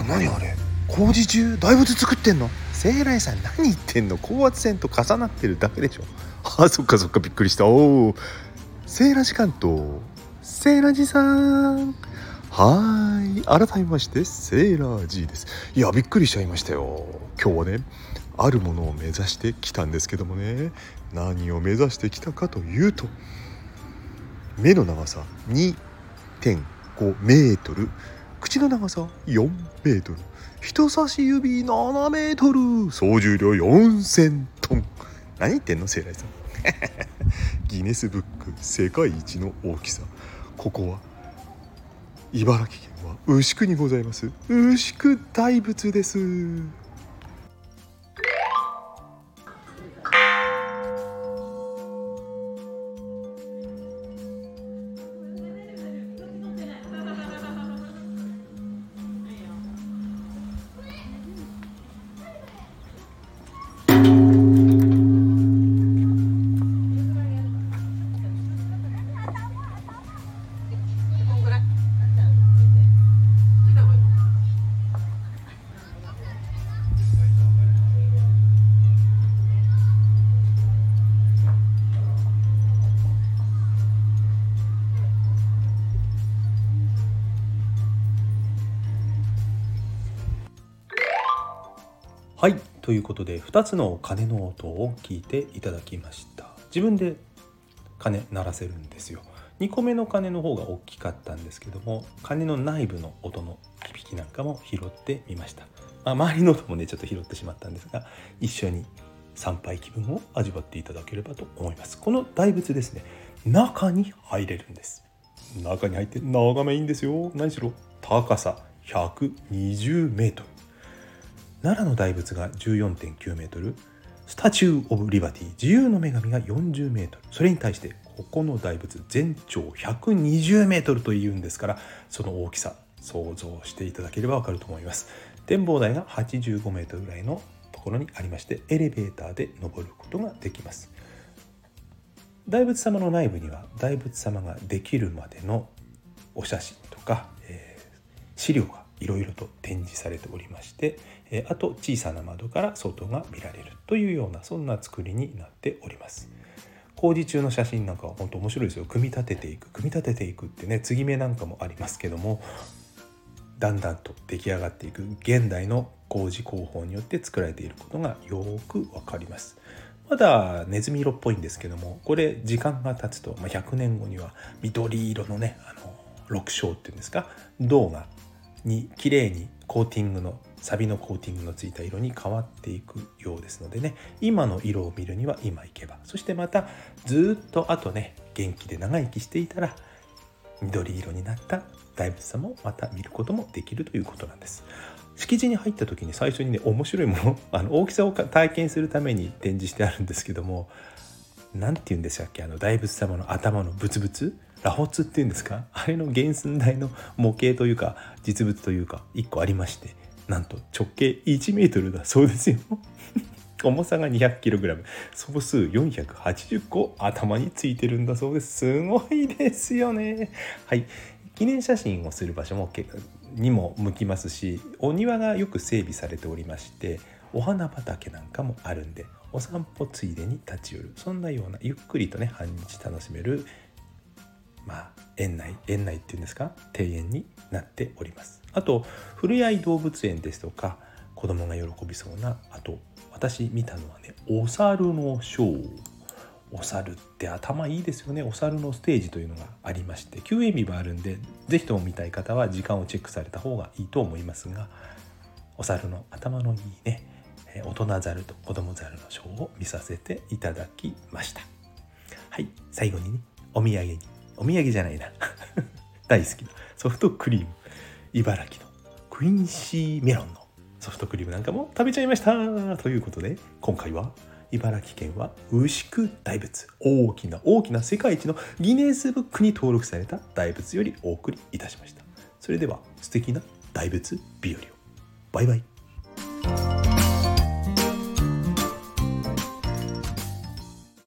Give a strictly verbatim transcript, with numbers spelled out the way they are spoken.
何あれ、工事中大仏作ってんの？聖来さん何言ってんの？高圧線と重なってるだけでしょ。あ、そっかそっか、びっくりした。おお、セーラジ関東、セーラジさん、はーい、改めましてセーラー G です。いや、びっくりしちゃいましたよ。今日はね、あるものを目指してきたんですけどもね、何を目指してきたかというと、目の長さ にてんご メートル、口の長さよんメートル、人差し指ななメートル、総重量よんせんトン。何言ってんのセイライさん。ギネスブック世界一の大きさ。ここは茨城県は牛久にございます牛久大仏です。 はい、ということでふたつの鐘の音を聞いていただきました。自分で鐘鳴らせるんですよ。にこめの鐘の方が大きかったんですけども、鐘の内部の音の響きなんかも拾ってみました。まあ、周りの音もねちょっと拾ってしまったんですが、一緒に参拝気分を味わっていただければと思います。この大仏ですね、中に入れるんです。中に入って眺めいいんですよ。何しろ高さひゃくにじゅうメートル、奈良の大仏が じゅうよんてんきゅうメートル、スタチュー・オブ・リバティ、自由の女神がよんじゅうメートル、それに対してここの大仏全長ひゃくにじゅうメートルというんですから、その大きさ想像していただければわかると思います。展望台がはちじゅうごメートルぐらいのところにありまして、エレベーターで登ることができます。大仏様の内部には大仏様ができるまでのお写真とか、えー、資料がいろいろと展示されておりまして、えー、あと小さな窓から外が見られるというような、そんな作りになっております。工事中の写真なんかは本当面白いですよ。組み立てていく組み立てていくってね、継ぎ目なんかもありますけども、だんだんと出来上がっていく現代の工事工法によって作られていることがよくわかります。まだネズミ色っぽいんですけども、これ時間が経つと、まあ、ひゃくねんごには緑色のね、あの緑青っていうんですか、銅がに綺麗にコーティングのサビのコーティングのついた色に変わっていくようですのでね、今の色を見るには今行けば、そしてまたずっとあとね元気で長生きしていたら緑色になった大仏様をまた見ることもできるということなんです。敷地に入った時に最初にね、面白いもの、あの大きさを体験するために展示してあるんですけども、なんて言うんでしたっけ、あの大仏様の頭のブツブツ、螺髪っていうんですか、あれの原寸大の模型というか実物というかいっこありまして、なんと直径いちメートルだそうですよ。重さが にひゃくキログラム、 総数よんひゃくはちじゅっこ頭についてるんだそうです。すごいですよね。はい、記念写真をする場所もにも向きますし、お庭がよく整備されておりまして、お花畑なんかもあるんで、お散歩ついでに立ち寄る、そんなようなゆっくりとね半日楽しめる、まあ園内園内っていうんですか、庭園になっております。あとふれあい動物園ですとか、子供が喜びそうな、あと私見たのはね、お猿のショー。お猿って頭いいですよね。お猿のステージというのがありまして、休園日もあるんで、ぜひとも見たい方は時間をチェックされた方がいいと思いますが、お猿の頭のいいね、大人猿と子供猿のショーを見させていただきました。はい、最後にね、お土産に、お土産じゃないな大好きなソフトクリーム、茨城のクインシーメロンのソフトクリームなんかも食べちゃいましたということで、今回は茨城県は牛久大仏、大きな大きな世界一のギネスブックに登録された大仏よりお送りいたしました。それでは素敵な大仏日和を。バイバイ。